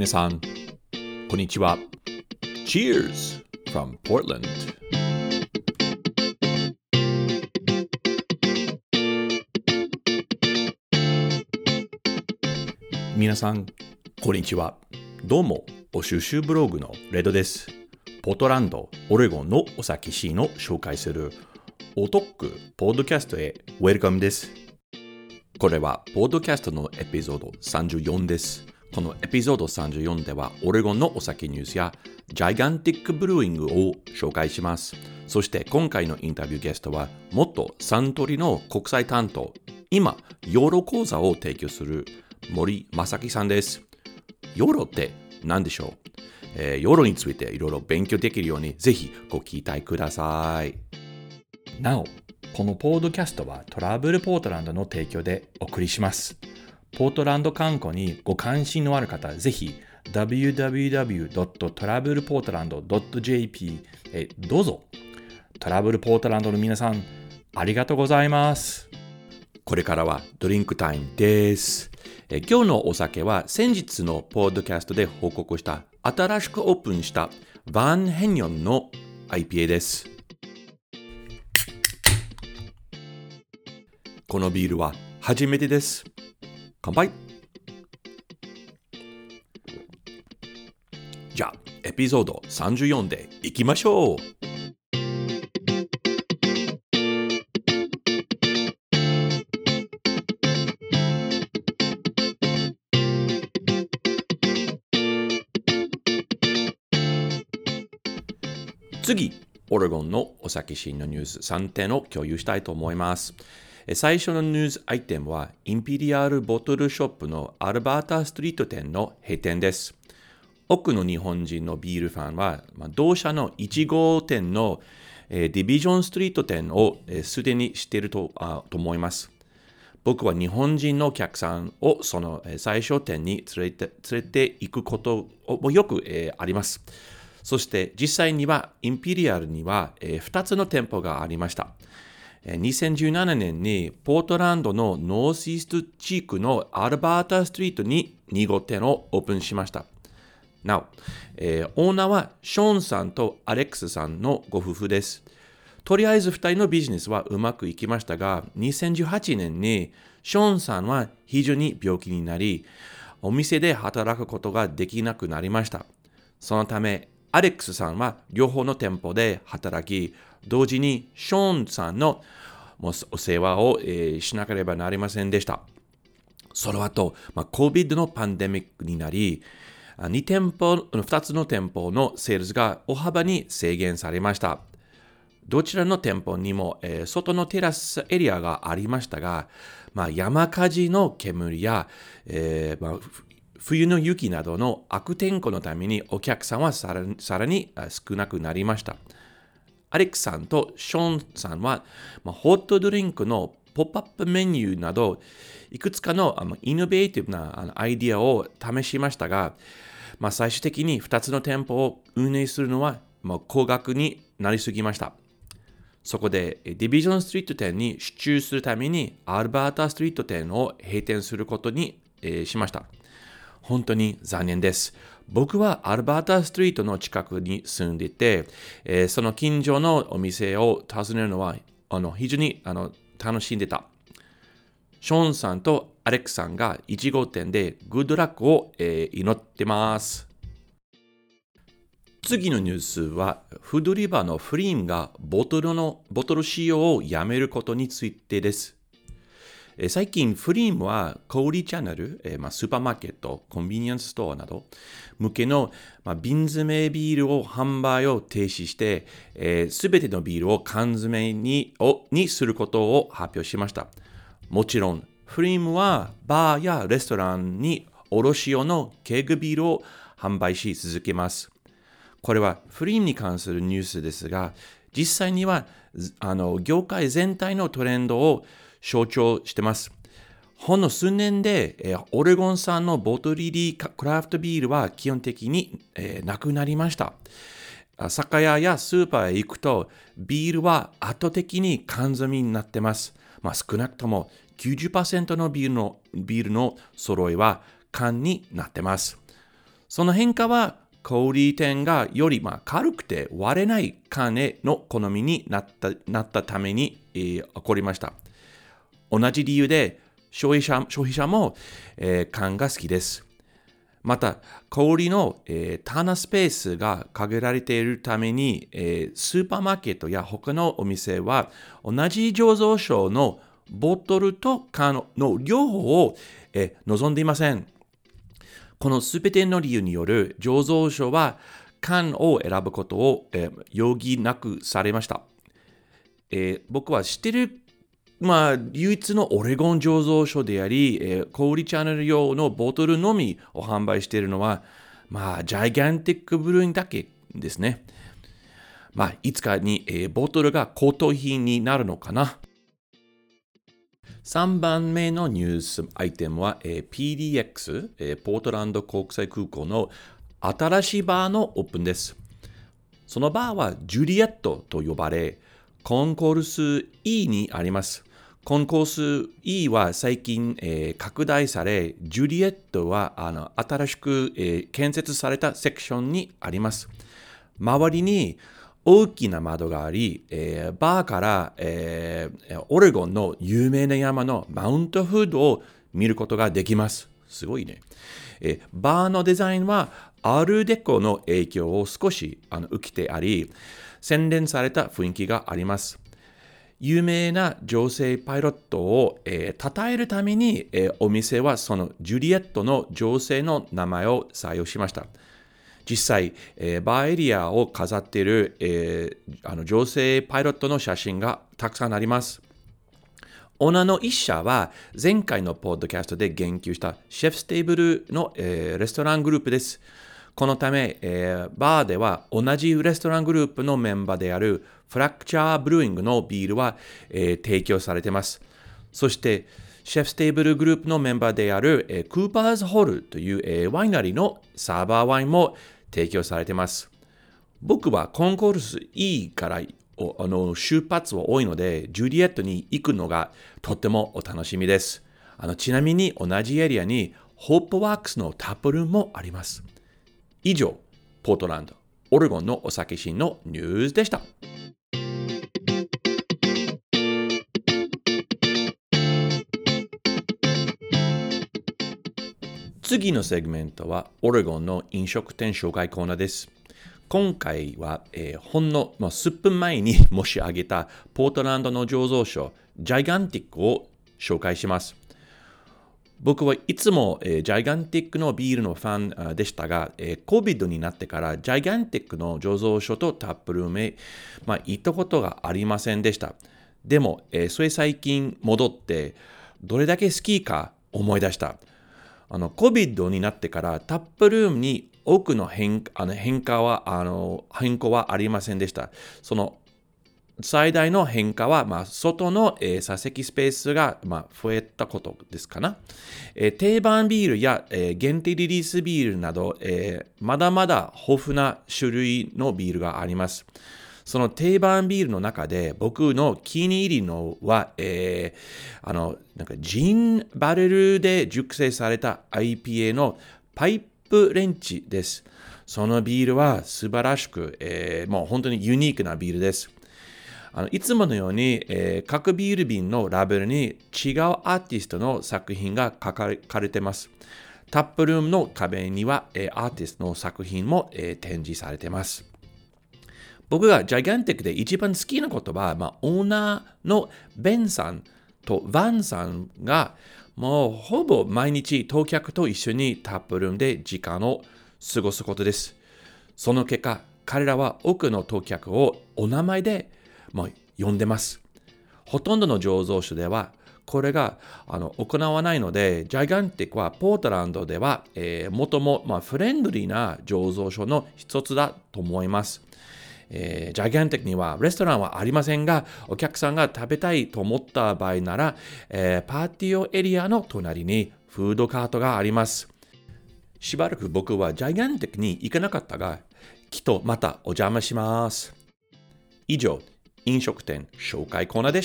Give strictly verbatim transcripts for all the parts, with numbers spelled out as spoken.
皆さん、こんにちは。Cheers from Portland. 皆さん、こんにちは。どうも、お収集ブログのレドです。ポートランド、オレゴンのお酒シーンを紹介するおトックポッドキャストへウェルカムです。これはポッドキャストのエピソードさんじゅうよんです。このエピソードさんじゅうよんではオレゴンのお酒ニュースやジャイガンティックブルーイングを紹介します。そして今回のインタビューゲストは元サントリの国際担当、今ヨーロ講座を提供する森正樹さんです。ヨーロって何でしょう、えー、ヨーロについていろいろ勉強できるようにぜひご期待ください。なお、このポッドキャストはトラブルポートランドの提供でお送りします。ポートランド観光にご関心のある方、ぜひ ダブリューダブリューダブリュードットトラブルポートランドドットジェーピー へどうぞ。トラブルポートランドの皆さん、ありがとうございます。これからはドリンクタイムです。え今日のお酒は先日のポッドキャストで報告した新しくオープンしたバンヘニョンの アイピーエー です。このビールは初めてです。乾杯。じゃあエピソードさんじゅうよんでいきましょう。次、オレゴンのお酒シーンのニュースさんてんを共有したいと思います。最初のニュースアイテムはインペリアルボトルショップのアルバータストリート店の閉店です。多くの日本人のビールファンは、まあ、同社のいち号店の、えー、ディビジョンストリート店をすで、えー、に知っている と, あと思います。僕は日本人のお客さんをその、えー、最初店に連れて連れて行くこともよく、えー、あります。そして実際にはインペリアルには、えー、ふたつの店舗がありました。にせんじゅうななねんにポートランドのノースイースト地区のアルバータストリートにに号店をオープンしました。なお、えー、オーナーはショーンさんとアレックスさんのご夫婦です。とりあえずふたりのビジネスはうまくいきましたが、にせんじゅうはちねんにショーンさんは非常に病気になり、お店で働くことができなくなりました。そのため、アレックスさんは両方の店舗で働き、同時にショーンさんのお世話を、えー、しなければなりませんでした。その後、まあ、COVID のパンデミックになり、に店舗、ふたつの店舗のセールスが大幅に制限されました。どちらの店舗にも、えー、外のテラスエリアがありましたが、まあ、山火事の煙や、えーまあ、冬の雪などの悪天候のためにお客さんはさらに、さらに少なくなりました。アレックさんとショーンさんは、まあ、ホットドリンクのポップアップメニューなどいくつかのあのイノベーティブなあのアイディアを試しましたが、まあ、最終的にふたつの店舗を運営するのは、まあ、高額になりすぎました。そこでディビジョンストリート店に集中するためにアルバータストリート店を閉店することに、えー、しました。本当に残念です。僕はアルバータストリートの近くに住んでいて、えー、その近所のお店を訪ねるのはあの非常にあの楽しんでた。ショーンさんとアレックさんがいち号店でグッドラックを、えー、祈ってます。次のニュースはフードリバーのフリームがボトルのボトル使用をやめることについてです。最近、フリームは小売チャンネル、えーまあ、スーパーマーケット、コンビニエンスストアなど向けの、まあ、瓶詰めビールを販売を停止して、す、えー、べ、てのビールを缶詰にをにすることを発表しました。もちろん、フリームはバーやレストランに卸用のケーグビールを販売し続けます。これはフリームに関するニュースですが、実際にはあの業界全体のトレンドを象徴しています。ほんの数年で、えー、オレゴン産のボトル入りクラフトビールは基本的に、えー、なくなりました。酒屋やスーパーへ行くとビールは圧倒的に缶詰になっています。まあ、少なくとも きゅうじゅっパーセント のビールのビールの揃いは缶になっています。 その変化は小売店がよりまあ軽くて割れない缶への好みになった、なったために、えー、起こりました。同じ理由で消費者、消費者も、えー、缶が好きです。また、小売の、えー、棚スペースが限られているために、えー、スーパーマーケットや他のお店は同じ醸造所のボトルと缶の両方を、えー、望んでいません。このすべての理由による醸造所は缶を選ぶことを、えー、容疑なくされました。えー、僕は知っている、まあ、唯一のオレゴン醸造所であり、えー、小売チャンネル用のボトルのみを販売しているのは、まあ、ジャイガンティックブルーインだけですね。まあ、いつかに、えー、ボトルが高騰品になるのかな。さんばんめのニュースアイテムは、えー、ピーディーエックス、えー、ポートランド国際空港の新しいバーのオープンです。そのバーはジュリエットと呼ばれ、コンコース E にあります。コンコース E は最近、えー、拡大され、ジュリエットはあの新しく、えー、建設されたセクションにあります。周りに大きな窓があり、えー、バーから、えー、オレゴンの有名な山のマウントフードを見ることができます。すごいね。えー、バーのデザインはアールデコの影響を少しあの受けてあり、洗練された雰囲気があります。有名な女性パイロットを、えー、称えるために、えー、お店はそのジュリエットの女性の名前を採用しました。実際、えー、バーエリアを飾っている、えー、あの女性パイロットの写真がたくさんあります。オーナーの一社は前回のポッドキャストで言及したシェフステーブルの、えー、レストラングループです。このため、えー、バーでは同じレストラングループのメンバーであるフラクチャーブルーイングのビールは、えー、提供されています。そして、シェフステーブルグループのメンバーである、えー、クーパーズホールという、えー、ワイナリーのサーバーワインも提供されています。僕はコンコールス E からあの出発は多いので、ジュリエットに行くのがとってもお楽しみです。あのちなみに同じエリアにホップワークスのタップルームもあります。以上、ポートランド、オレゴンのお酒シーンのニュースでした。次のセグメントはオレゴンの飲食店紹介コーナーです。今回は、えー、ほんの、まあ、数分前に申し上げたポートランドの醸造所ジャイガンティックを紹介します。僕はいつも、えー、ジャイガンティックのビールのファンでしたが、えー、COVID になってからジャイガンティックの醸造所とタップルームへ、まあ、行ったことがありませんでした。でも、えー、それ最近戻ってどれだけ好きか思い出した。あの COVID になってからタップルームに多くの変あの変化はあの変更はありませんでした。その最大の変化は、まあ、外の、えー、座席スペースが、まあ、増えたことですかな。えー、定番ビールや、えー、限定リリースビールなど、えー、まだまだ豊富な種類のビールがあります。その定番ビールの中で僕の気に入りのは、えー、あのなんかジンバレルで熟成された アイピーエー のパイプレンチです。そのビールは素晴らしく、えー、もう本当にユニークなビールです。あのいつものように、えー、各ビール瓶のラベルに違うアーティストの作品が書かれています。タップルームの壁には、えー、アーティストの作品も、えー、展示されています。僕がジャイガンティックで一番好きなことは、まあ、オーナーのベンさんとヴァンさんがもうほぼ毎日当客と一緒にタップルームで時間を過ごすことです。その結果、彼らは多くの当客をお名前でもう呼んでます。ほとんどの醸造所ではこれがあの行わないので、ジャイガンティックはポートランドでは、えー、最も、まあ、フレンドリーな醸造所の一つだと思います。えー、ジャイガンティックにはレストランはありませんが、お客さんが食べたいと思った場合なら、えー、パーティオエリアの隣にフードカートがあります。しばらく僕はジャイガンティックに行かなかったが、きっとまたお邪魔します。以上、飲食店紹介コーナーでした。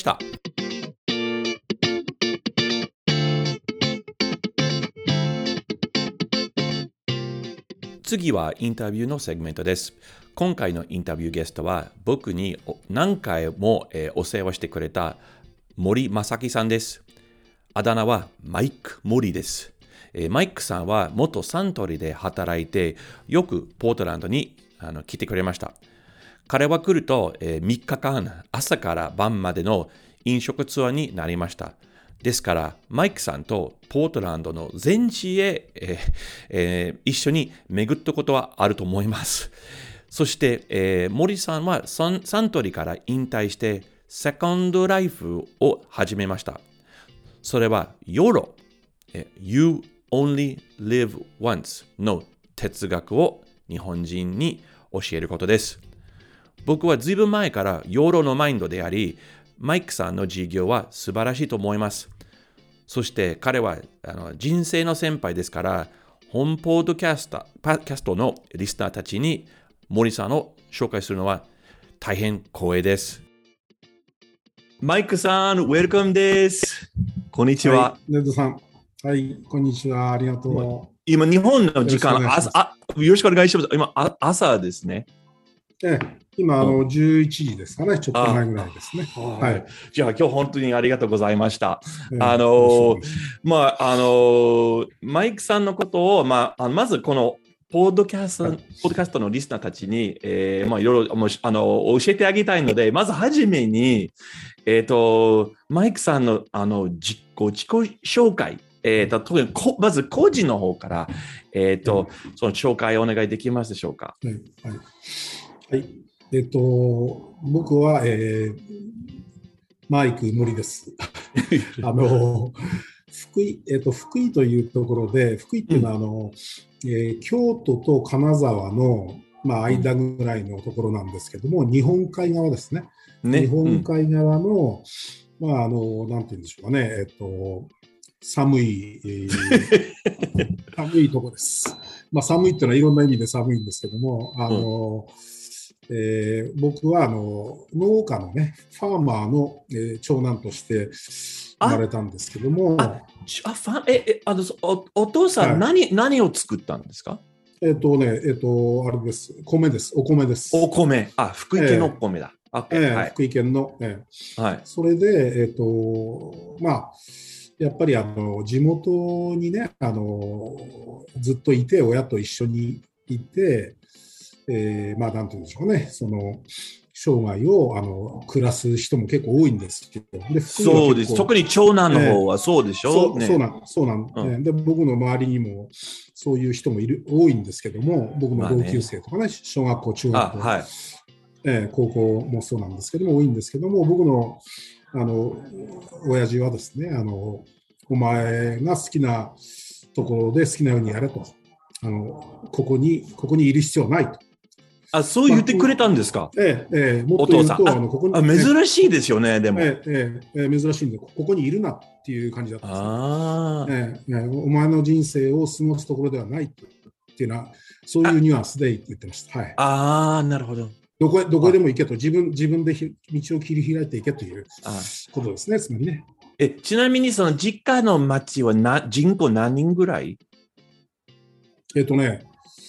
次はインタビューのセグメントです。今回のインタビューゲストは僕に何回も、えー、お世話してくれた森正樹さんです。あだ名はマイク・モリです。えー、マイクさんは元サントリーで働いて、よくポートランドにあの来てくれました。彼は来ると、えー、みっかかん朝から晩までの飲食ツアーになりました。ですから、マイクさんとポートランドの全地へ、えーえー、一緒に巡ったことはあると思います。そして、えー、森さんはサン、サントリーから引退して、セカンドライフを始めました。それは、ヨロ、えー、You Only Live Once の哲学を日本人に教えることです。僕はずいぶん前からヨロのマインドであり、マイクさんの事業は素晴らしいと思います。そして彼はあの人生の先輩ですから、本ポッドキャスト、パキャストのリスナーたちに森さんを紹介するのは大変光栄です。マイクさん、ウェルカムです。こんにちは。 はい、ネットさん。はい、こんにちは。ありがとう。 今、日本の時間、朝、あ、よろしくお願いします。今、あ朝ですね。 ええ、今、あの、じゅういちじですかね。ちょっと前ぐらいですね。はい。 じゃあ、今日本当にありがとうございました。ええ、あの、まあ、あの、マイクさんのことを、まあ、まずこの、ポッドキャスト、はい、ポッドキャストのリスナーたちに、えー、まあ、いろいろ、あの、教えてあげたいので、まずはじめに、えっと、マイクさんの、あの、自己、自己紹介、えーと、特にこ、まず個人の方から、えっと、その紹介をお願いできますでしょうか。 はい。はいはい、えっと、僕は、えー、マイク森です。あの、福井、えっと、福井というところで、福井っていうのは、あの、うん、えー、京都と金沢の、まあ、間ぐらいのところなんですけども、うん、日本海側ですね。ね、日本海側の、うん、まあ、あの、なんて言うんでしょうかね、えっと、寒い、えー、寒いところです。まあ、寒いっていうのはいろんな意味で寒いんですけども、あの、うんえー、僕はあの農家のね、ファーマーの、えー、長男として生まれたんですけども、 ああファええあの お, お父さん何、はい、何を作ったんですか？ えっ、ー、とね、えっ、ー、と、あれです、米です、お米です。 お米、あ、福井県のお米だ。 えーえーはい、福井県の、えーはい、それで、えっ、ー、と、まあ、やっぱりあの地元にね、あのずっといて、親と一緒にいて、えー、まあ、なんていうんでしょうね、その、生涯をあの暮らす人も結構多いんですけど、 でそうです。特に長男の方はそうでしょ、 えー、そう、ね、そうなん、そうなん、うん、で、僕の周りにもそういう人もいる、多いんですけども、僕の同級生とかね、まあね小学校、中学校、はいえー、高校もそうなんですけども、多いんですけども、僕の、あの、親父はですね、あの、お前が好きなところで好きなようにやれと。あの、ここに、ここにいる必要はないと。 あ、そう言ってくれたんですか？ まあ、ええ、ええ、もっと言うと、あのここにあ珍しいですよね、でも。 ええええ、珍しいんで、ここにいるなっていう感じだったんですね。あ、ええええ、お前の人生を過ごすところではないっていうのは、そういうニュアンスで言ってました。はい、 ああ、なるほど。 どこへ、どこへでも行けと、自分、自分で道を切り開いていけということですね、つまりね。 え、ちなみに、その実家の町はな人口何人ぐらい？ えっとね、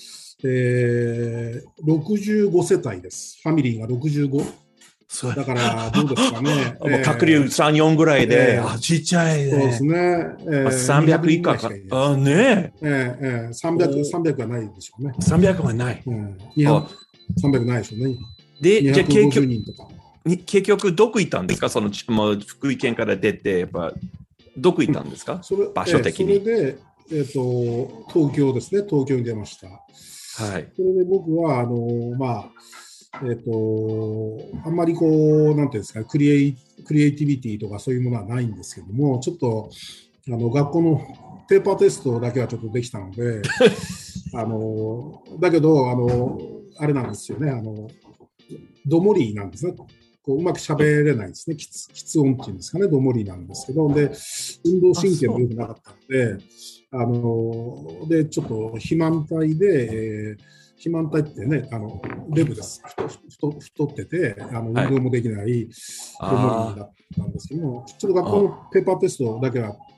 えー、ろくじゅうごせたいです。ファミリーがろくじゅうご。だから、どうですかね。 えー、隔離さん、よんぐらいで、えー、あ、ちっちゃいね。 そうですね。えー、 さんびゃく以下か。あ、ねえ。えー、えー、さんびゃく、さんびゃくはないでしょうね。 さんびゃくはない。 うん、にひゃく、さんびゃくないでしょうね。 で、じゃあ結局、 人とか結局、どこ行ったんですか？その、もう福井県から出て、やっぱ、どこ行ったんですか？それ場所的に。 えー、それで、えーと、東京ですね。東京に出ました。 はい。 それで僕は、あの、まあ、えっと、あんまりこう、なんていうんですか、クリエイ、クリエイティビティとかそういうものはないんですけども、ちょっと、あの、学校のペーパーテストだけはちょっとできたので、あの、だけど、あの、あれなんですよね、あの、どもりなんですね。こううまく喋れないですね。きつ、きつ音っていうんですかね、どもりなんですけど、で、運動神経も良くなかったので、あの、で、ちょっと肥満体で、えー肥満体ってね、あのデブです。太, 太ってて、あの運動もできない、どもりだったんですけども、ちょっと学校のペーパーテストだけは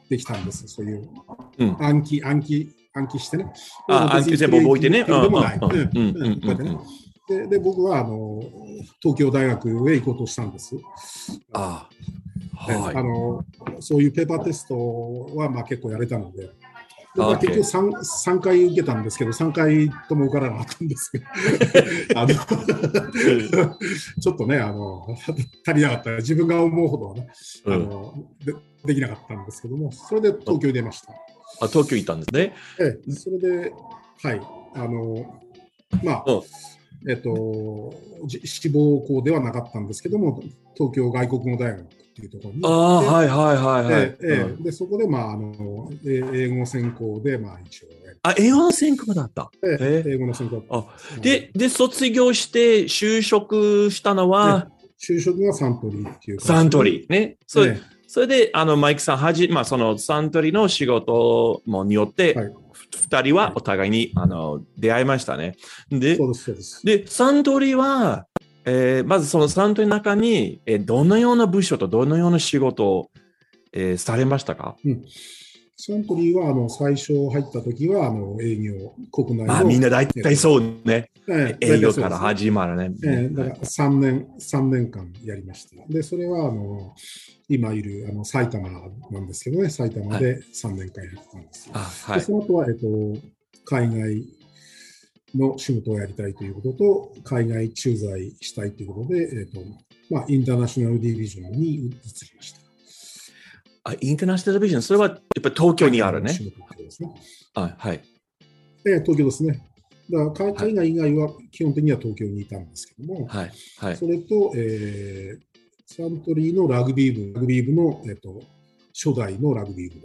できたんです。そういううん暗記、暗記、暗記してね。 あ、暗記全部覚えてね。 でもない。 うんうんうんうんうんこうやってねでで、僕はあの東京大学へ行こうとしたんです。 あではい。 あのそういうペーパーテストはまあ結構やれたので、でまあ、 OK 結局 3, さんかい受けたんですけど、さんかいとも受からなかったんですけど、あのちょっとねあの、足りなかった、自分が思うほどはね、あので、できなかったんですけども、それで東京に出ました。 あ、東京行ったんですね。 ええ、それで、はい、あのまあ、 うんえっと、じ志望校ではなかったんですけども、東京外国語大学っていうところにあ行って、 あ、はいはいはいはい。 ええうんでそこで、まあ、あのえ英語専攻で、まあ、一応やりあ、英語の専攻だった。 えええ英語の専攻あで、で、卒業して就職したのは、 就職がサントリーっていう会社サントリーね。それえそれで、あの、マイクさん、はじ、まあ、そのサントリーの仕事もによっえて、 はい、 二人はお互いに、あの、出会いましたね。でそう、です、そうです。 で、サントリーは、えーまずそのサントリーの中に、えーどのような部署とどのような仕事を、えーされましたか？ うんサントリーはあの最初入った時はあの営業、国内の、 まあ、みんな大体そうね。 ええ営業から大体そうですね始まるね。 えー、だからさんねん、さんねんかんやりました。で、それはあの今いるあの埼玉なんですけどね、埼玉でさんねんかんやったんです。 あ、はで、 い。 その後は、えっと、海外の仕事をやりたいということと、海外駐在したいということで、えっとまあ、インターナショナルディビジョンに移りました。 あ、インターナショナルビジョン、それはやっぱり東京にあるね。 仕事ですね。 あ、はい。 えー東京ですね。だからはい海外以外は基本的には東京にいたんですけども、 はい。はいそ。れと、えーサントリーのラグビー部、ラグビー部の、えーと、初代のラグビー部です。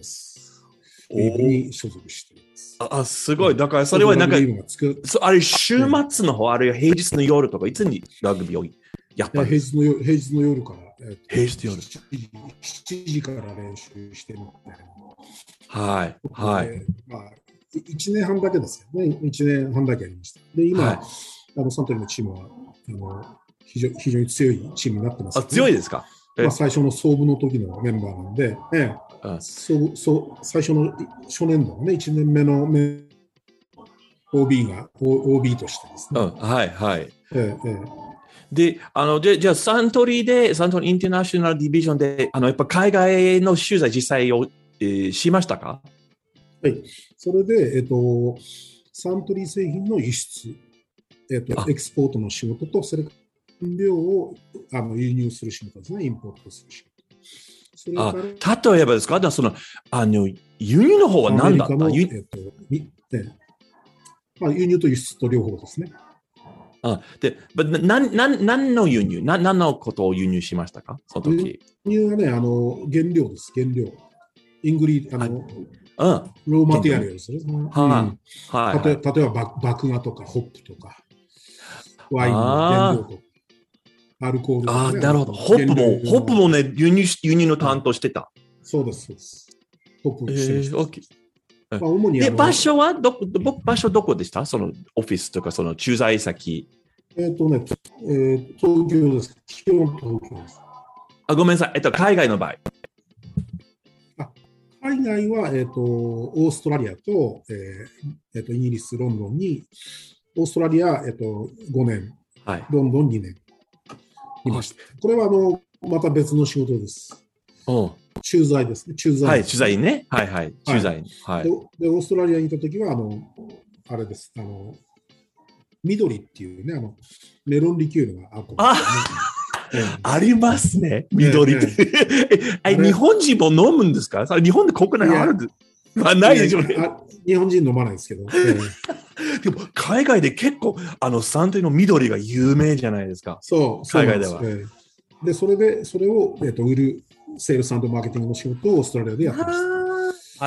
おリーグに所属しています。 あ、あすごい。だからそれはなんか、 ラグビー部がつくそあれ週末の方、あるいは平日の夜とか、いつにラグビーをやった平んです日の夜平日の夜から、えーと平日の夜しちじ、しちじから練習してるみたいな。 はい。はい。 でまあ、いちねんはんだけですよね。いちねんはんだけやりました。で、今、 はいあのサントリーのチームはあの非常非常に強いチームになってます、 あ、強いですか？ まあ、最初の創部の時のメンバーなんで、ええうんそうそう最初の初年度のね、いちねんめのメ オービー が オービー としてですね。 うん、はい、はい。 ええええで、あの、で、じゃあ、サントリーで、サントリーインターナショナルディビジョンで、あの、やっぱ海外の取材実際を、えーしましたか？ はい、それで、えっと、サントリー製品の輸出、えっと、 あエクスポートの仕事と、それから原料をあの輸入する仕事ですね、インポートする仕事。それあ、 から例えばですか？だからその、あの、輸入の方はアメ何だったリカの、え輸っとみええまあ、輸入と輸出と両方ですね。 あで、ばなな何の輸入な、何のことを輸入しましたか？その時。 輸入はね、あの原料です、原料。イングリあの、 うん。 ローマテリアルですね。 はあ、はい、はい。 例え例えば、麦芽とかホップとか、ワインの原料とか、アルコールとか、 ああ、 ね。 なるほど。ホップも、ホップもね。 ね、輸入し、輸入の担当してた。 そうです、そうです。ホッえプしてましー、オッケー。 た。まあ、主にあで、 の場所はどこ、ど場所どこでした？そのオフィスとか、その駐在先。 えっとね、えー東京です。基本東京です。 あ、ごめんなさい。えっと、海外の場合。 あ海外は、えっとオーストラリアと、えーえっとイギリス、ロンドンに、オーストラリア、えっとごねん、 はい。 ロンドンにねんいました。これはあのまた別の仕事です。 うん。 駐在ですね。駐在、 はい、取材ね。はい、はい。取材。はい。 でで、オーストラリアにいたときは、あの、あれです。あの、緑っていうね、あの、メロンリキュールがあると思うんですよね。 ありますね。緑って。ええ、日本人も飲むんですか？それ日本で国内あるんですまあ、ないでしょうね。 日本人飲まないですけど。ええ、でも、海外で結構、あの、サントリーの緑が有名じゃないですか。 そう、 海外では。 そうで、えで、それで、それを、えー、と売る、セールス&マーケティングの仕事をオーストラリアでやってました。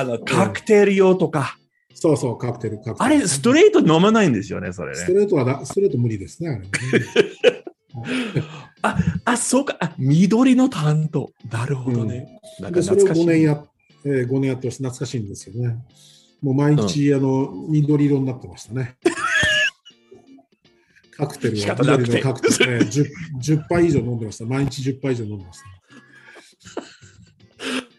あの、カクテル用とか。 えー、そうそう、カクテル、カクテル。 あれ、ストレート飲まないんですよね、それね。 ストレートはだ、ストレート無理ですね、あれね。 あ、あ、そうか。あ、緑の担当。なるほどね。 うん、 なんかでそれを懐かしい。 ごねんや、えー、ごねんやってました。懐かしいんですよね。もう毎日、うん、あの緑色になってましたね。カクテルは緑のカクテル、ね、10, 10杯以上飲んでました。毎日じゅっぱい以上飲んでました。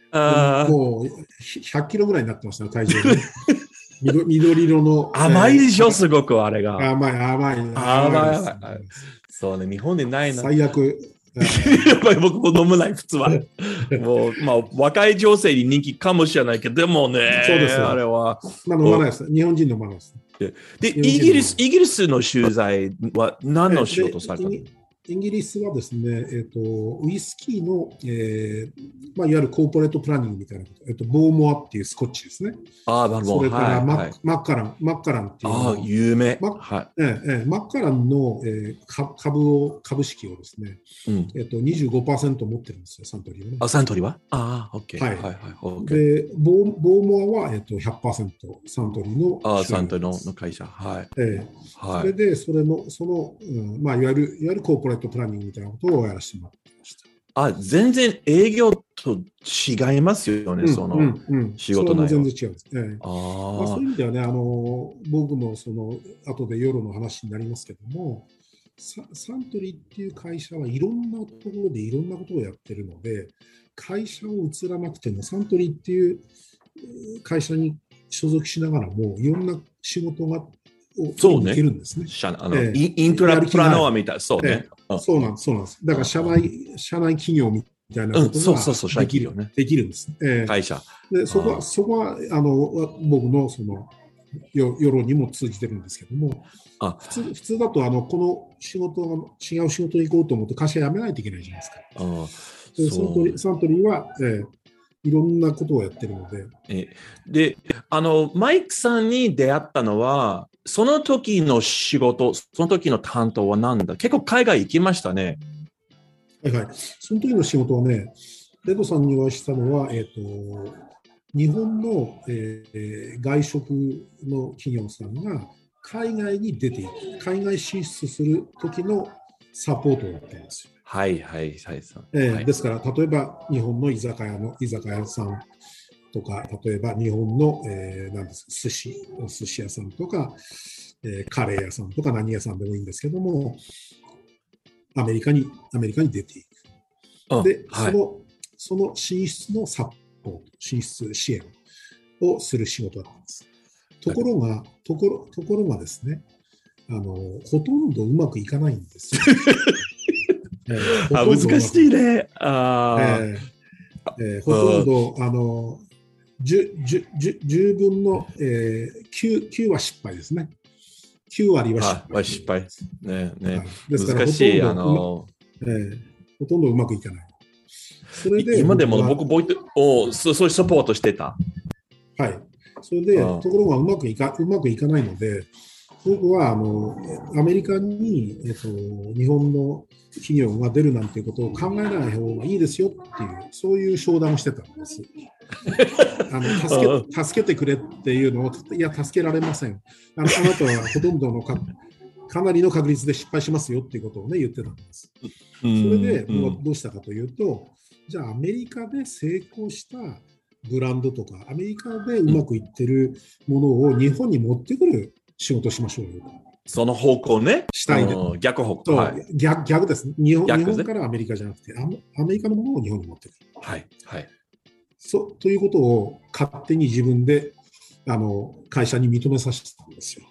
あもうひゃっキロぐらいになってましたね、体重がね。緑緑色の。 甘いでしょ、 えーすごくあれが。 甘い、甘い、 甘い甘いです。 甘い。そうね、日本でないな。 最悪。 やっぱり僕も飲むない、普通は。もう、まあ、若い女性に人気かもしれないけど、でもね、 そうですあれは。 まあ、飲まないです。日本人飲まないです。 で、イギリス、イギリスの取材は何の仕事されたの？ イギリスはですね、えーと、ウイスキーの、えーまあ、いわゆるコーポレートプランニングみたいなこと、えーと、ボーモアっていうスコッチですね。 ああ、なるほど。 それからマッ、 はいはい、 マッカラン、マッカランっていうああ、有名。 マッ、はいえーえー、マッカランの、えー、株を、株式をですね、うんえーと、にじゅうごパーセント 持ってるんですよ、サントリーはね。 あ、サントリーはああ、OK。 はい。 はいはい、OK。 で、ボー、ボーモアは、えーと、ひゃくパーセント サントリーの。 ああ、サントリーの会社。はい。 えーはい、それで、それの、その、うんまあ、いわゆる、いわゆるコーポレートプランニングみたいなことをやらせてもらってました。 あ、全然営業と違いますよね、うん、その仕事内容。 それも全然違うんです。えーあまあ、そういう意味ではね、あの僕のその後で夜の話になりますけども、サ, サントリーっていう会社はいろんなところでいろんなことをやってるので、会社を移らなくてもサントリーっていう会社に所属しながらもいろんな仕事がそうね。 いけるんですね。 あのえー、イントラプラノアみたいな、そうね。 えー、そうなんです、そうなんです。だから社内、社内企業みたいなことができる、できるんです。えー、 会社。 でそこは、そこはあの僕のその世論にも通じてるんですけども、あ普通普通だとあのこの仕事が違う仕事に行こうと思って会社辞めないといけないじゃないですか。あでサントリー、サントリーは、えー、いろんなことをやってるので。 えで、あのマイクさんに出会ったのは、その時の仕事、その時の担当は何だ？結構海外行きましたね。 はいはい。その時の仕事はね、レドさんにお会いしたのは、えっと、日本の、えー、外食の企業さんが海外に出ていく、海外進出する時のサポートをやっています。 はいはいはい。 えーはい、ですから、例えば日本の居酒屋の居酒屋さんとか、例えば日本の、えー、なんですか寿司、お寿司屋さんとか、えー、カレー屋さんとか何屋さんでもいいんですけども、アメリカに、アメリカに出ていく。で、はい、その、その進出のサポート、進出支援をする仕事だったんです。ところが、ところ、ところがですね、あの、ほとんどうまくいかないんですよ。 えー、あ難しいね。あえーえー、ほとんど、あの、じゅうぶんの、えー、きゅう, きゅうは失敗ですね。きゅう割は失敗。 失敗。ねね、 ですから難しい。あのえー、ほとんどうまくいかない。 それで今でも僕、僕おそそういうサポートしてた。 はい。それで、ところがうまくいかうまくいかないので、僕はあのアメリカに、えっと、日本の企業が出るなんていうことを考えない方がいいですよっていう、そういう商談をしてたんです。あの助け、助けてくれっていうのを、いや、助けられません。あのあなたはほとんどのか、かなりの確率で失敗しますよっていうことをね、言ってたんです。それで、僕はどうしたかというと、じゃあアメリカで成功したブランドとか、アメリカでうまくいってるものを日本に持ってくる仕事をしましょうよ。 その方向ね。 したいで。 逆方向。はい、 逆, 逆ですね日本。日本からアメリカじゃなくて、アメリカのものを日本に持ってくる。 はいはい。 そということを勝手に自分であの会社に認めさせてたんですよ。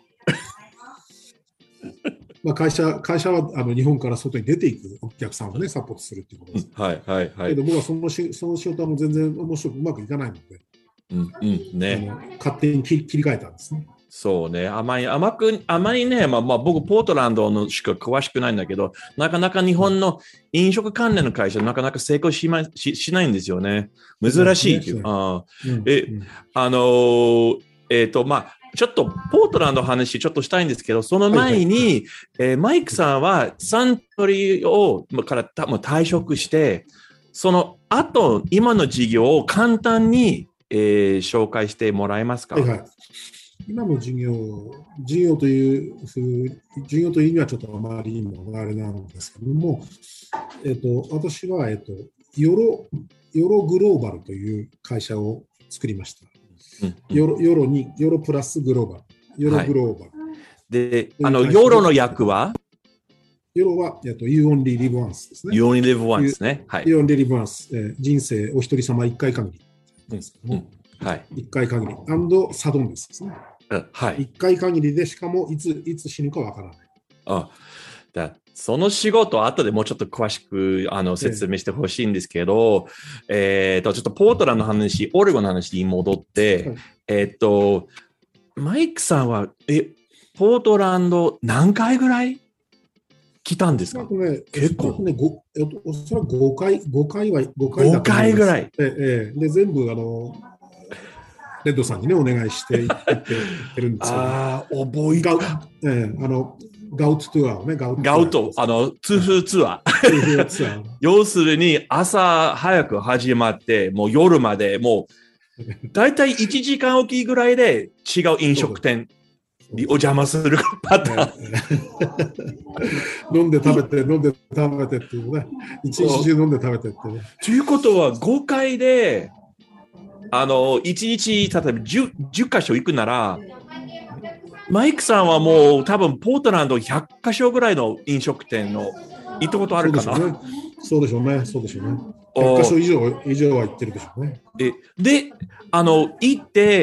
まあ会社、会社はあの日本から外に出ていくお客さんを、ね、サポートするということです。 はいはいはい。 けど僕はそのしその仕事はもう全然面白くうまくいかないので、 うんうんね、 あの勝手に切り替えたんですね。 そうね、あまり甘く、あまりね、まあ、まあ、僕、ポートランドのしか詳しくないんだけど、なかなか日本の飲食関連の会社、なかなか成功し,、ま、し, しないんですよね。珍しい。ね、あ、うん、え、うん、あのー、えっ、ー、と、まあ、ちょっとポートランドの話ちょっとしたいんですけど、その前に、はいはい、えー、マイクさんはサントリーをからたもう退職して、その後、今の事業を簡単に、えー、紹介してもらえますか？ はいはい、今の事業、事業という、事業という意味はちょっとあまりにもあれなんですけども、えっと、私は、えっと、ヨロ、ヨログローバルという会社を作りました。うんうん、ヨロ、ヨロに、ヨロプラスグローバル。ヨログローバル。はい、 で、あの、ヨロの役はヨロは、えっと、You Only Live Once ですね。 You Only Live Once ね。 はい。You Only Live Once、えー。人生お一人様一回限り。 んですけども、 うん、はい。 いっかい限り、アンドサドンデスですね。 はい。 いっかい限りで、しかもいついつ死ぬかわからない。 あだその仕事、後でもうちょっと詳しくあの説明してほしいんですけど、えっ、ー、と、ちょっとポートランドの話、オレゴンの話に戻って、はい、えっ、ー、と、マイクさんは、え、ポートランド何回ぐらい来たんですか？ ね、 結構。 ね、おそらくごかい、ごかいは、ごかいだと思います。ごかいぐらい。 ええ、で、全部、あの、レッドさんにね、お願いして行ってってるんですけど。 ああ、覚えた。 ええ、あの、ガウトツアーをね、ガウトガウト、あの、痛風ツアー。痛風ツアー。要するに、朝早く始まって、もう夜まで、もう、だいたいいちじかんおきぐらいで違う飲食店にお邪魔するパターン。飲んで食べて、飲んで食べてっていうね。一日中飲んで食べてってね。 ということは、ごかいで、あの、いちにち、例えば 10, 10箇所行くなら、マイクさんはもう多分ポートランドひゃっかしょぐらいの飲食店の行ったことあるかな？ そうでしょうね。そうでしょうね。ひゃっかしょ以上、以上は行ってるでしょうね。 えで、あの、行って、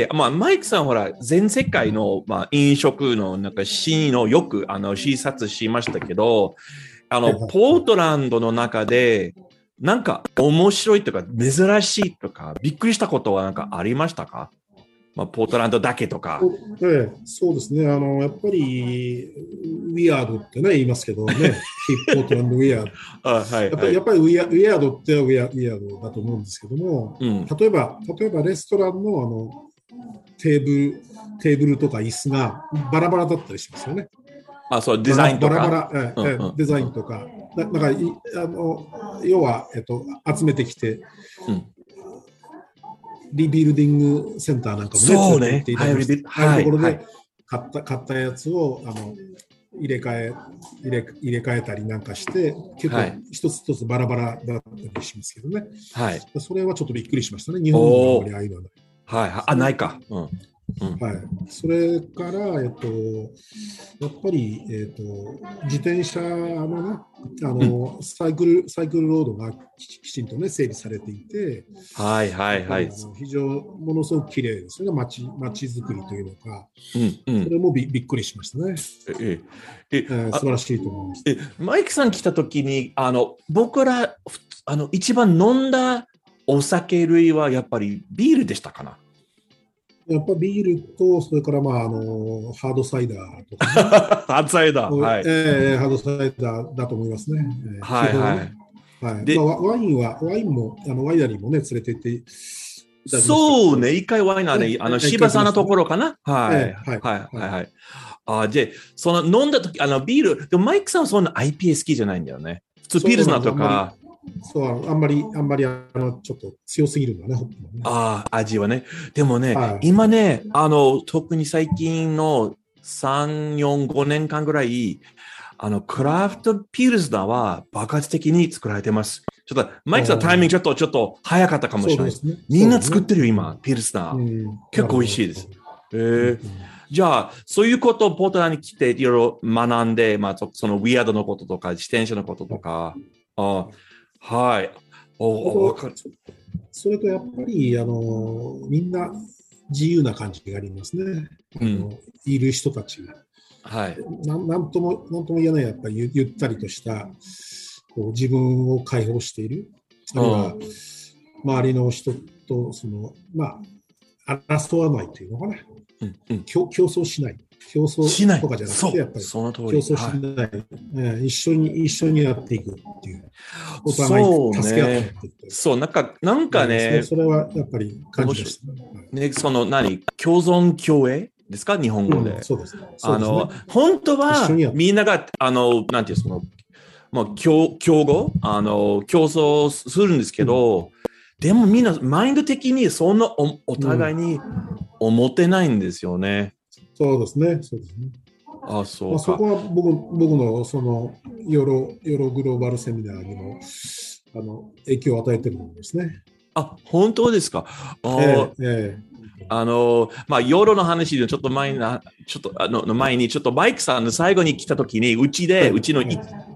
まあ、マイクさんほら、全世界の、まあ、飲食のなんかシーンをよくあの視察しましたけど、あの、ポートランドの中で、なんか面白いとか珍しいとかびっくりしたことはなんかありましたか？まあ、ポートランドだけとか。 ええ、そうですね。あの、やっぱり、ウィアードってね、言いますけどね、ヒップポートランドウィアード。あ、はいはい、やっぱり、やっぱりウィアウィアードってウィアウィアードだと思うんですけども、うん、例えば、例えばレストランのあのテーブル、テーブルとか椅子がバラバラだったりしますよね。 あ、そう、デザインとか。 バラバラ、ええうんうん、デザインとか。だだからあの、要は、えっと、集めてきて、うんリビルディングセンターなんかもね、 そうね、 いはい、はい、ところで買った、買ったやつをあの入れ替え入れ、入れ替えたりなんかして、結構一つ一つバラバラだったりしますけどね。はい。それはちょっとびっくりしましたね。日本はあまりああいうのはない。 はい、あ、ないか。うんうん、はい、それから、えっと、やっぱり、えっと、自転車のね、あの、うん、サイクル、サイクルロードがきちんとね、整備されていて、 はいはいはい。 非常、ものすごく綺麗ですよね、街、街づくりというのか、うんうん、それも び, びっくりしましたね。ええええー、素晴らしいと思います。 えマイクさん来たときに、あの、僕ら、あの、一番飲んだお酒類はやっぱりビールでしたかな？ やっぱビールと、それから、まあ、あのハードサイダーとか、ね、 ハードサイダー、はい、 えー、ハードサイダーだと思いますね。えー、はいはい。はいでまあ、ワインは、ワインも、あのワイナリーもね、連れて行ってそうね、一回ワイナリー、あの、柴さんのところかな？はい。はい。はいはい。あで、その飲んだとき、あの、ビール、でもマイクさんはそんな アイピーエー 好きじゃないんだよね。普通、ピルスナーとか。 そう、あんまり、あんまり、あの、ちょっと強すぎるんだね、ホップもね。 ああ、味はね。でもね、はい、今ね、あの、特に最近のさん、よん、ごねんかんぐらい、あの、クラフトピルスナーは爆発的に作られてます。ちょっと、マイクさんタイミングちょっと、ちょっと早かったかもしれないです。ね、みんな作ってるよ、今、ピルスナー。うん、結構美味しいです。えーうん、じゃあ、そういうことをポートランドに来ていろいろ学んで、まあ、そのウィアードのこととか、自転車のこととか、あはい。お分かる。それとやっぱり、あの、みんな自由な感じがありますね。うん、あのいる人たちが。はい。な, なんとも、なんとも言えない、やっぱりゆ, ゆったりとした、こう自分を解放している。あるいは、周りの人と、その、まあ、争わないというのかな。うんうん、競, 競争しない。競争とかじゃなくて、やっぱり競争しない、はい、一緒に一緒にやっていくっていう。お互い助け合っていくっていう。 そう、なんか、なんかね、 それはやっぱり感じましたね。ね、その何、共存共栄ですか、日本語で。うん、 そうです。 あの、本当はみんなが、あの、なんていうその、まあ、競合、あの、競争するんですけど、うん、でもみんなマインド的にそんな お, お互いに思ってないんですよね。 そうですね。そうですね。 あそうまあ、そこは僕僕のそのヨロヨログローバルセミナーにもあの影響を与えてるんですね。 あ、本当ですか。あ、ええええ、あのまあヨロの話でちょっと前なちょっとあの前にちょっとマイクさんの最後に来た時にうちで、はい、うちの、はい、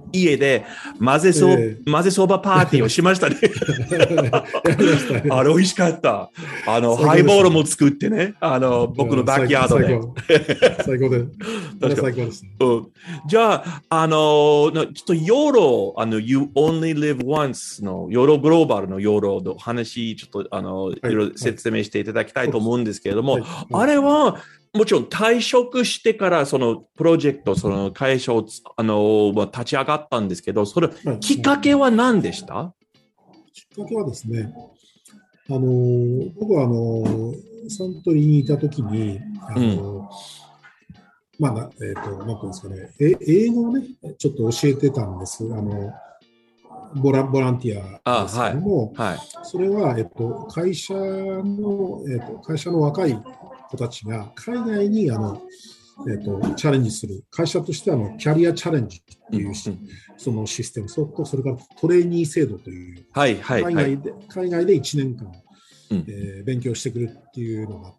家で混ぜそ、 え混ぜそばパーティーをしましたね。 やりましたね。 あれ美味しかった。あの、 最高ですねハイボールも作ってね、あの、僕のバックヤードで。 最高。最高で。あれ確か最高ですね。 うん、じゃあ、あの、なちょっとヨーロ、あの、You Only Live Once のヨーログローバルのヨーロの話、ちょっと、あの、いろいろ説明していただきたいと思うんですけれども、 はいはいあれは、もちろん退職してからそのプロジェクト、その会社をあの立ち上がったんですけど、それきっかけは何でした？ きっかけはですね、あの僕はあのサントリーにいたときに、あの、うん、まあ、えっ、ー、と、なんていうんですかね、え英語をね、ちょっと教えてたんです。あのボラボランティアですけども、はいはい、それは、えっと、会社の、えっと、会社の若い子たちが海外にあの、えっと、チャレンジする、会社としてはあのキャリアチャレンジっていう、うん、そのシステム、そとそれからトレーニー制度という、はいはいはい、海外で海外でいちねんかん、うんえー、勉強してくるっていうのがあって、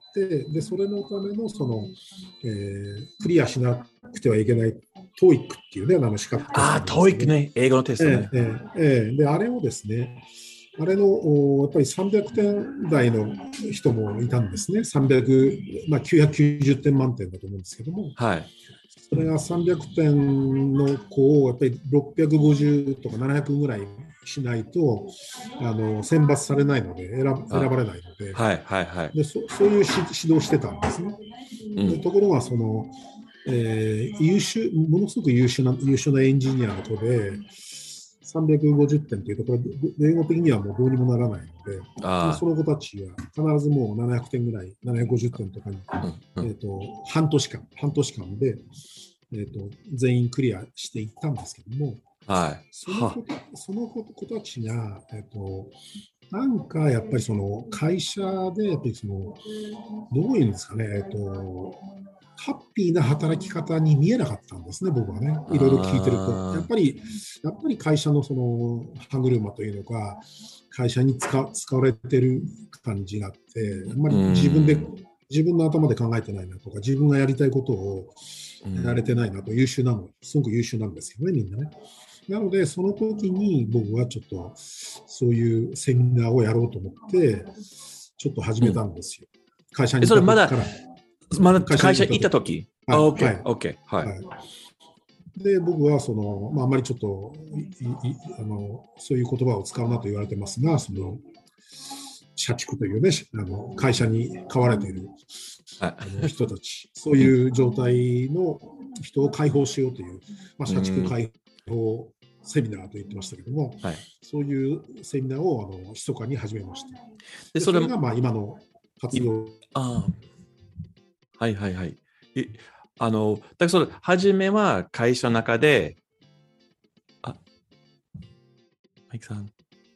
でそれのためのその、えー、クリアしなくてはいけない トーイック っていうね、あの資格テスト、ね。 ああ、トーイック ね、英語のテストね。 えーえーえー、で、あれをですね、あれのやっぱりさんびゃくてん台の人もいたんですね。さんびゃく、まあ、きゅうひゃくきゅうじゅってん満点だと思うんですけども、はい、それがさんびゃくてんの子をやっぱりろっぴゃくごじゅうとかななひゃくぐらいしないとあの選抜されないので 選, 選ばれないので、はいはいはい、で そ, そういう指導してたんですね。うん、ところがその、えー、優秀ものすごく優秀な優秀なエンジニアの子でさんびゃくごじゅってんというところで英語的にはもうどうにもならないので、あその子たちは必ずもうななひゃくてんぐらいななひゃくごじゅってんとかに、うんうんえー、と半年間半年間で、えー、と全員クリアしていったんですけども、はい、その 子, その子たちが、えー、となんかやっぱりその会社でやっぱりそのどういうんですかね、えー、とハッピーな働き方に見えなかったんですね、僕はね。いろいろ聞いてると。やっぱり、やっぱり会社のその歯車というのか、会社に 使, 使われてる感じがあって、あんまり自分で、自分の頭で考えてないなとか、自分がやりたいことをやれてないなと、優秀なの、すごく優秀なんですよね、みんなね。なので、その時に僕はちょっと、そういうセミナーをやろうと思って、ちょっと始めたんですよ。うん、会社に行った時から。 まだ会社行ったとき、 はい、 OK、 はい、 OK、はい。 はい。で、僕はその、まあ、あまりちょっといいあの、そういう言葉を使うなと言われてますが、その社畜というね、あの会社に飼われている、はい、あの人たち、そういう状態の人を解放しようという、まあ、社畜解放セミナーと言ってましたけども、はい、そういうセミナーをあの密かに始めました。で、それがまあ今の活動。 あはいはいはい。あの、だからそれ、初めは会社の中で、あ、マイクさん、ちょ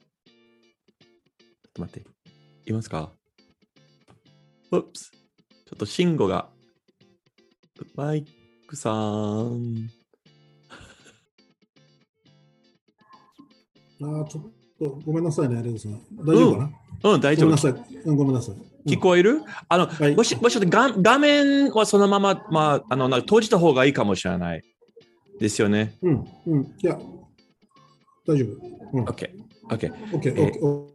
っと待って、いますか？うっす。ちょっと慎吾が、マイクさん。 あ、ちょっとごめんなさいね、レドさん。大丈夫かな？ うん、うん、大丈夫。 ごめんなさい。うん、ごめんなさい。 聞こえる？あの、はい、もし、もし画、画面はそのまま、まあ、あの、閉じた方がいいかもしれないですよね。 うん、うん。いや、大丈夫。うん、 OK、OK。 OK、OK。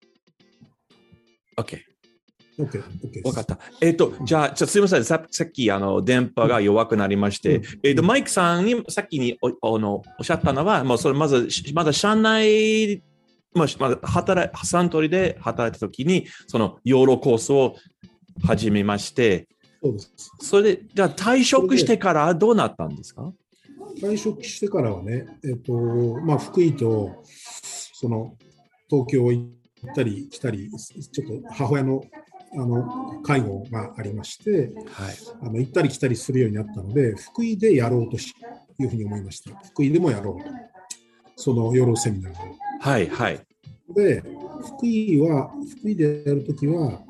OK。 OK、OK。 分かった。えっ、ー、と、じゃあ、ちょっとすみません。さ, さっき、あの、電波が弱くなりまして、うん、えっ、ー、と、マイクさんにさっきにおあのおっしゃったのは、もうそれまず、まだ社内、まあ、まだ働い、サントリーで働いたときに、そのヨーロコースを始めまして、 そうです。 それで、じゃあ退職してからどうなったんですか？ 退職してからはね、えっ、ー、と、まあ、福井と、その、東京行ったり来たり、ちょっと母親の、あの、介護がありまして、はい、あの行ったり来たりするようになったので、福井でやろうというふうに思いました。福井でもやろうと。そのヨーロセミナーを。 はいはい。 で、福井は、福井でやるときは、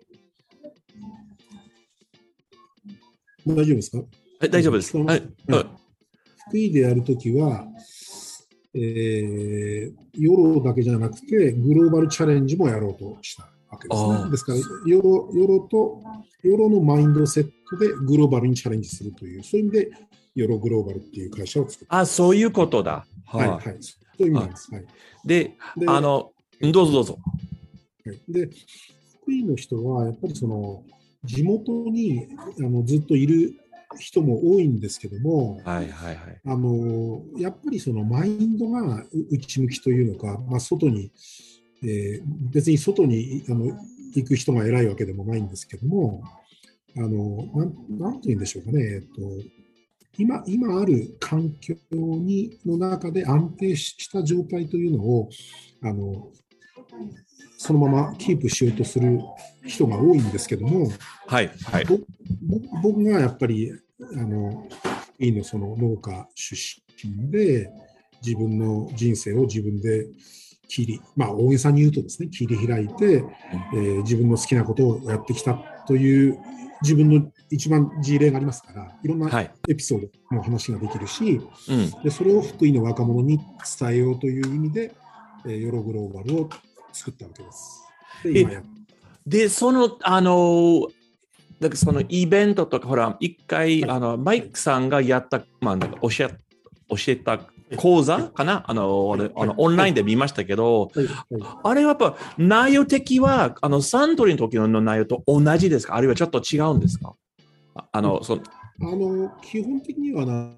大丈夫ですか？ はい、大丈夫です。はい。 はい、福井でやるときは、えー、ヨーロだけじゃなくて、グローバルチャレンジもやろうとした。 わけですね。ですからヨロ、ヨロと、ヨロのマインドセットでグローバルにチャレンジするという、そういう意味でヨログローバルっていう会社を作ってます。 あ、そういうことだ。 はい、はい、そういう意味なんです。はい、 で、であの、どうぞどうぞ。 はい、で、福井の人はやっぱりその地元にあのずっといる人も多いんですけども、 はいはいはい、 あのやっぱりそのマインドが内向きというのか、まあ、外に、えー、別に外にあの行く人が偉いわけでもないんですけども、あのなん、なんていうんでしょうかね、えっと、今、今ある環境にの中で安定した状態というのをあのそのままキープしようとする人が多いんですけども、 はいはい、 僕がやっぱりあの福井のその農家出身で自分の人生を自分で切り、まあ大げさに言うとですね、切り開いて、えー、自分の好きなことをやってきたという自分の一番事例がありますから、いろんなエピソードの話ができるし、はい、うん、でそれを福井の若者に伝えようという意味で、えー、ヨログローバルを作ったわけです。で、今やでその、あの、だからそのイベントとか、ほら、一回、はい、あのマイクさんがやった、まあ、なんか教え、教えた講座かな、あの、はい、あのオンラインで見ましたけど、はいはいはい、あれはやっぱ内容的はあのサントリーの時の内容と同じですか、あるいはちょっと違うんですか？あの、そあの基本的にはな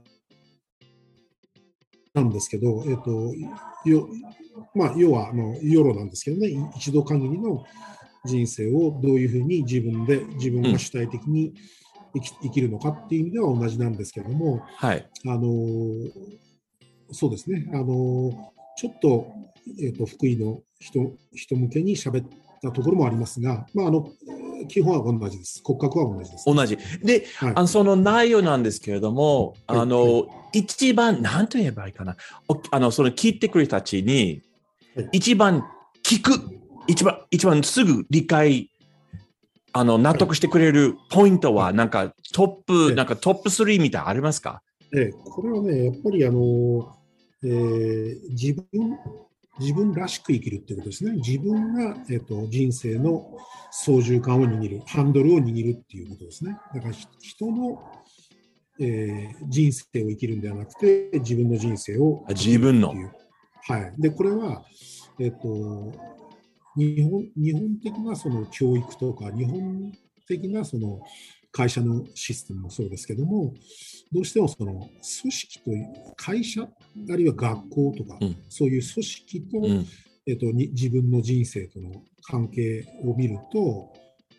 なんですけど、えっとよまあ、要はあのヨロなんですけどね、一度限りの人生をどういうふうに自分で自分が主体的に生き、うん、生きるのかっていう意味では同じなんですけども、 はい、 あのそうですね、あのちょっと、えーと、福井の 人, 人向けに喋ったところもありますが、まあ、あの基本は同じです。骨格は同じです、 ね。同じ。で、はい、あのその内容なんですけれども、はい、あの、はい、一番、なんと言えばいいかな、あのその聞いてくる人たちに、一番聞く、一番、一番すぐ理解、あの納得してくれるポイントは、はい、なんかトップ、なんかトップスリーみたいなのありますか？ ええ、これはね、やっぱりあの、えー、自分、自分らしく生きるってことですね。自分が、えーと、人生の操縦桿を握る、ハンドルを握るっていうことですね。だから人の、えー、人生を生きるんではなくて、自分の人生を生きるっていう。自分の。はい。で、これは、えっと、日本、日本的なその教育とか、日本的なその会社のシステムもそうですけども、どうしてもその組織という会社、あるいは学校とか、うん、そういう組織と、うん、えっと、に自分の人生との関係を見ると、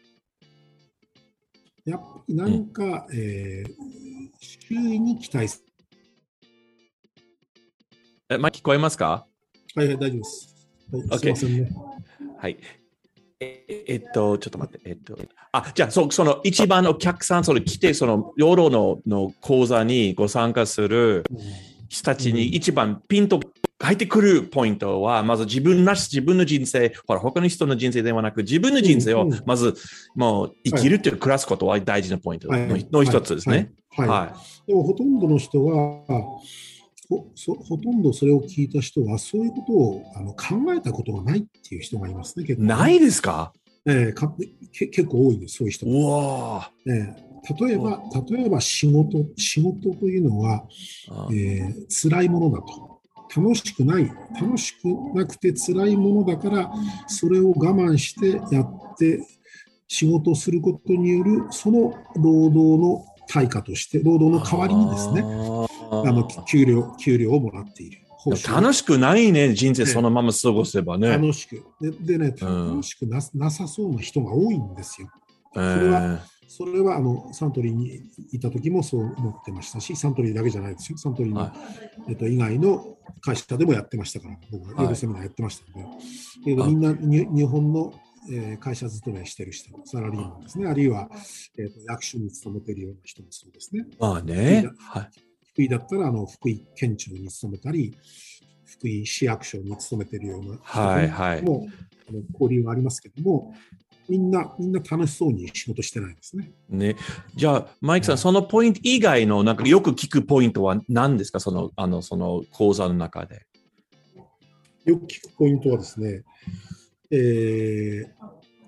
やっぱり何か、うん、えー、周囲に期待する。 え、まあ、聞こえますか？ はいはい、大丈夫です。はい、すいませんね。 はい。え, えっと、ちょっと待って、えっと、あ、じゃあ、そ, その一番お客さん、その来て、そのヨロのの講座にご参加する人たちに一番ピンと入ってくるポイントは、まず自分らし、自分の人生、ほら、他の人の人生ではなく、自分の人生をまず、もう生きるという暮らすことは大事なポイント の,、はい、の一つですね。 はい。はいはい、でも、ほとんどの人は、ほ, そほとんどそれを聞いた人は、そういうことをあの考えたことがないっていう人がいますね、結構ね。 ないですか？ えー、かけ結構多いです、そういう人が。 うわ、 えー、例えば、例えば仕事、仕事というのは、えー、辛いものだと。楽しくない、楽しくなくて辛いものだから、それを我慢してやって仕事をすることによる、その労働の対価として、労働の代わりにですね、あの給料、給料をもらっている。 楽しくないね、人生そのまま過ごせばね。 楽しく。で、でね、楽しく な,、うん、なさそうな人が多いんですよ。それは、それはあのサントリーにいた時もそう思ってましたし、サントリーだけじゃないですよ。サントリーの、はい、えっと、以外の会社でもやってましたから、僕はヨロセミナーやってましたので。けどみんなに日本のえー、会社勤めしてる人、サラリーマンですね、あるいは、えーと、役所に勤めてるような人もそうですね。 まあね。 福井だったらあの福井県庁に勤めたり、福井市役所に勤めてるような人も、はいはい、あの交流がありますけども、みんな、みんな楽しそうに仕事してないですね。 ね、じゃあ、マイクさん、はい、そのポイント以外のなんかよく聞くポイントは何ですか、その、あの、その講座の中で。 よく聞くポイントはですね、えー、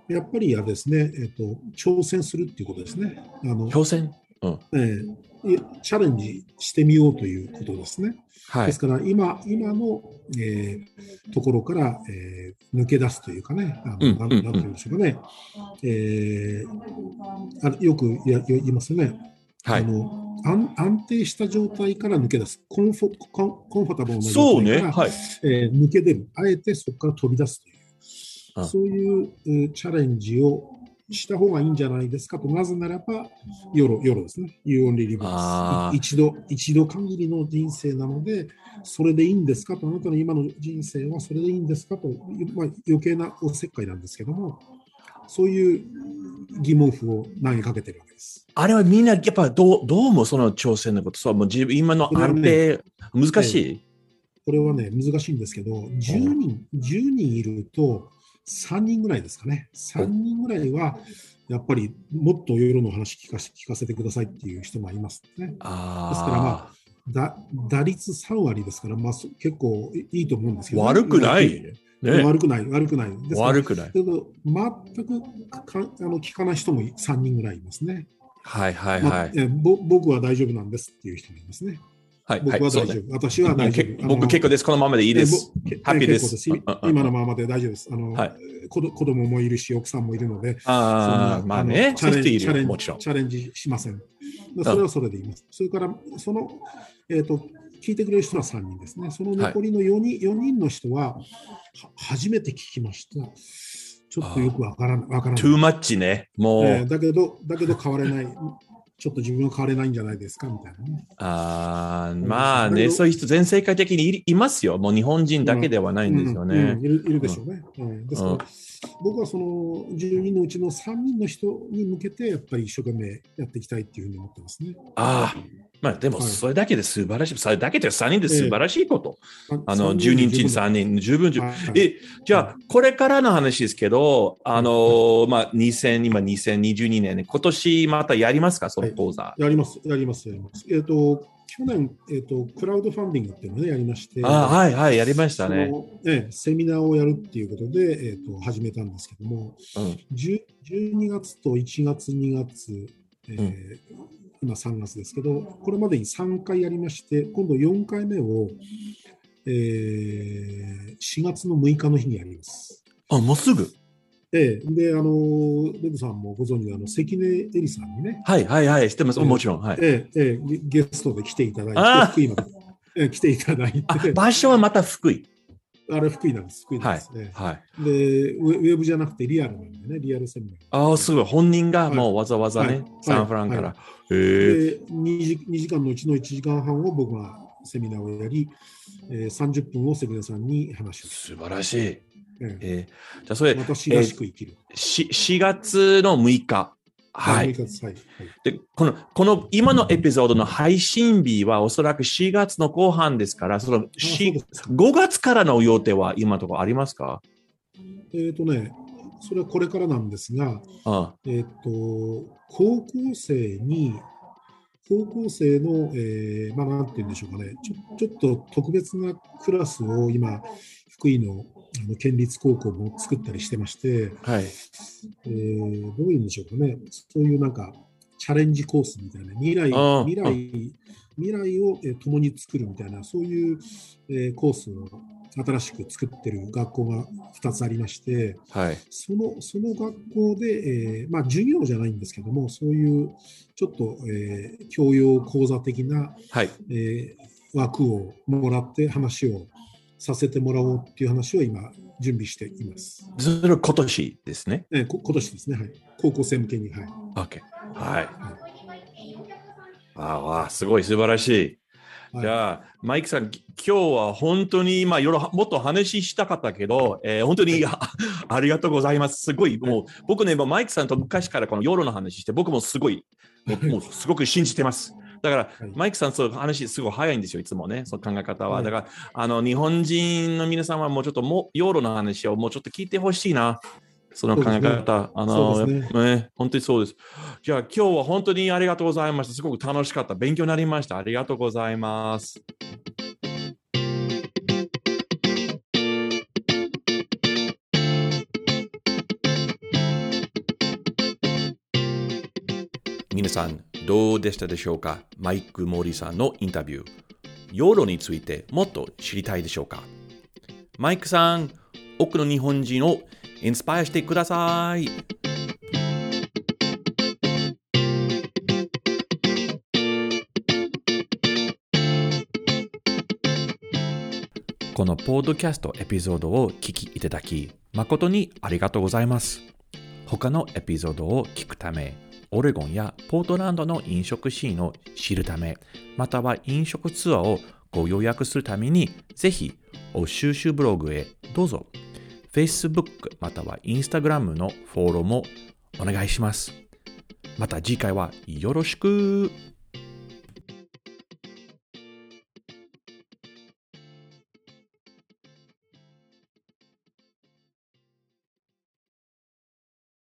やっぱりはですね、えっと、挑戦するっていうことですね。あの、 挑戦、うん、 えーチャレンジしてみようということですね。 はい。 ですから今、今の、えーところから、えー抜け出すというかね、あのうんなん、なんていうんうんうん。 でしょうかね、えーあよくや言いますよね。 はい。 あの安安定した状態から抜け出す、コンフォコンコンフォタブルな状そうね。 態から、 はい。 えー抜け出る、あえてそこから飛び出すという、 うん、 そういう、えーチャレンジをした方がいいんじゃないですかと、なぜならば、ヨロ、ヨロですね。You only live once。いあ一度、一度限りの人生なので、それでいいんですかと、あなたの今の人生はそれでいいんですかと、まあ、余計なおせっかいなんですけども、そういう疑問符を投げかけてるわけです。 あ、あれはみんなやっぱどう、どうもその挑戦のこと、そう、もう自分、今の安それはね、 定、難しえい。 これはね、難しいんですけど、10 うん、 人、じゅうにんいると、さんにんぐらいですかね。 お、 さんにんぐらいは、やっぱりもっと夜の話聞かせ聞かせてくださいっていう人がいますね。ですから、まあ、 ああ、 だ打率さん割ですから、まあ、結構いいと思うんですけどね。 悪くなまあ、 い。ね。 悪くない、悪くない。ですから、 悪くない。 全くかあの聞かない人もさんにんぐらいいますね。 はいはいまあ、 はい。 えぼ僕は大丈夫なんですっていう人もいますね。 はいはい。そうね。 僕は大丈夫。私はもう大丈夫。あけ僕の結構です。このままでいいでえぼす。 けハッピーです。 結構です。 うんうんうんうん、 今のままで大丈夫です。あのはい。 子子供もいるし、奥さんもいるので、そんああ、 なあのまあね。 チャレンそういう人いるよ。 チャレンジもちろん。 チャレンジしません。 うん。 それはそれでいいます。それから、その、えーと、聞いてくれる人はさんにんですね。そのはい。 残りのよにん、よにんの人は、は初めて聞きました。ちょっとよああ、 くわからわからない。 トゥーマッチね。 えーもう、 だけど、だけど変われない。ちょっと自分は変われないんじゃないですかみたいなね。 ああ、 ありますね。 まあね。 だけど、 そういう人全世界的にい、いますよ。もう日本人だまあ、 けではないんですようん、うね。 ん、いるいるでうん。 しょうね。うん、ですから、 うん。 僕はそのじゅうにんのうちのさんにんの人に向けて、やっぱり一生懸命やっていきたいっていうふうに思ってますね。 ああ、まあでもはい。 それだけで素晴らしい。それだけでさんにんでええ、 素晴らしいこと。あの、 3 10 人で人中十分だと。 さんにん、十分十分。 はい。 え、じゃはい。 あ、これからの話ですけど、あのはい。はい。 ーまあ、にせん、今にせんにじゅうにねん、ね、今年またやりますか、そはい、 の講座。 やります、やります、やります。えっ、と、去年、えっ、と、クラウドファンディングっていうのをね、やりましああ、 て、 はいはい、やりましたね。 その、ええ、セミナーをやるっていうことで、えっ、と、始めたんですけども、 うん、 じゅうにがつといちがつ、にがつ、 うん。 えー今さんがつですけど、これまでにさんかいやりまして、今度よんかいめを、えーしがつのむいかの日にやります。 あ、もうすぐ。 ええ、で、あの、レブさんもご存知のあの関根えりさんにね、 はいはいはい、知ってます。 えーもちろん。はい。 ええええゲゲストで来ていただいて、 あ福井まで、ええ来ていただいあ、あ、 て、 場所はまた福井。 あれ福井なんです、福井なんはい、 ですね。 はい。 でウェ、ウェブじゃなくてリアルなんでね、リアルセミナーああ、すごい。本人がなんで。 もうわざわざはい、 ね、サンはい、はい。 フランから。へえ、 で2時、にじかんのうちのいちじかんはんを僕がセミナーをやり、えー、さんじゅっぷんを関根さんに話を聞く。 素晴らしい。 ええ、 えー、じゃあそれ、 私らしえーく生きる。 ししがつのむいか。 はい、6 はい。 日、はい。はい、 で、この、この今のエピソードの配信日はおそらくしがつの後半ですから、そのあ、そうでしすか。 ごがつからの予定は今のところありますか？ えっ、ー、とね、それはこれからなんですが、 あえっ、ー、と、高校生に、高校生の、えー、まあ、なんて言うんでしょうかね、ちょ、ちょっと特別なクラスを今、福井のあの県立高校も作ったりしてまして、 はい。 えー、どういうんでしょうかね、そういうなんか、チャレンジコースみたいな、未来、 ああ、 未来、未来を、えー、共に作るみたいな、そういう、えー、コースを新しく作ってる学校がふたつありまして、 はい。 そのその学校で、えーまあ、授業じゃないんですけども、そういうちょっと、えー教養講座的な、 はい。 えー枠をもらって話をさせてもらおうっていう話を今、準備しています。 それは今年ですね。 えーこ今年ですね、はい、高校生向けに。はい、 OK。はい。 はああ、すごい素晴らしい。 い、はい、 じゃあ、マイクさん、き今日は本当に、まあ、いろいろもっと話したかったけど、えー本当に、 はい、 あありがとうございます。すごい、 はい、 もう、僕ね、もうマイクさんと昔からこの夜の話して、僕もすごい、もう、もうすごく信じてます。だから、 はい、 マイクさん、そう話すごい早いんですよ、いつもね、その考え方は。 はい、 だから、あの、日本人の皆さんはもうちょっとも、夜の話をもうちょっと聞いてほしいな。その考えそうですね、 方。あそうでの、 すね。 ね、本当にそうです。じゃあ、今日は本当にありがとうございました。すごく楽しかった。勉強になりました。ありがとうございます。 皆さんどうでしたでしょうか？マイク・モリさんのインタビュー。ヨーロについてもっと知りたいでしょうか？マイクさん、多くの日本人をインスパイアしてください。このポッドキャストエピソードを聞きいただき、誠にありがとうございます。他のエピソードを聞くため、オレゴンやポートランドの飲食シーンを知るため、または飲食ツアーをご予約するために、ぜひ、お収集ブログへどうぞ。Facebook または Instagram のフォローもお願いします。また次回はよろしく。